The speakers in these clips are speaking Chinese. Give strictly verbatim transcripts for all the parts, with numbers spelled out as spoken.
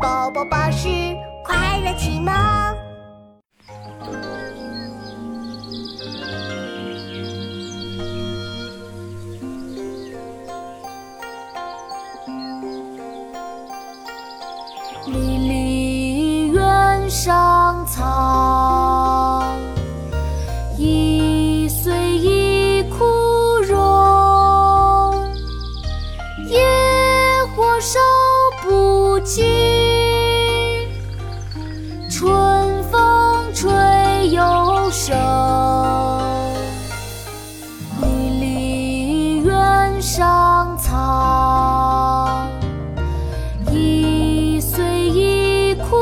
宝宝巴士快乐启蒙。 离离原上草，一岁一枯荣。野火烧不尽，春风吹又生。离离原上草，一岁一枯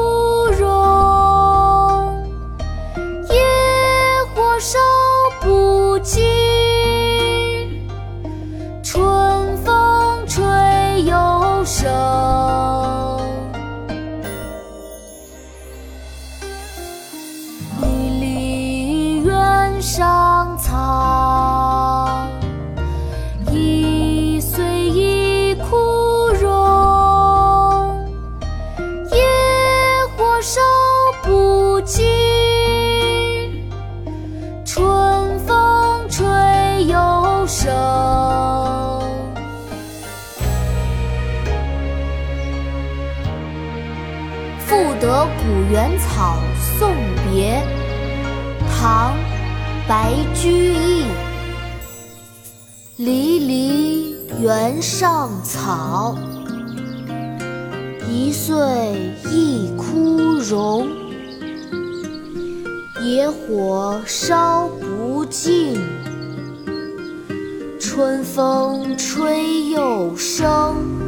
荣。野火烧不尽，春风吹又生。离离原上草，一岁一枯荣。野火烧不尽，春风吹又生。 赋得古原草送别，唐·白居易。离离原上草，一岁一枯荣。野火烧不尽，春风吹又生。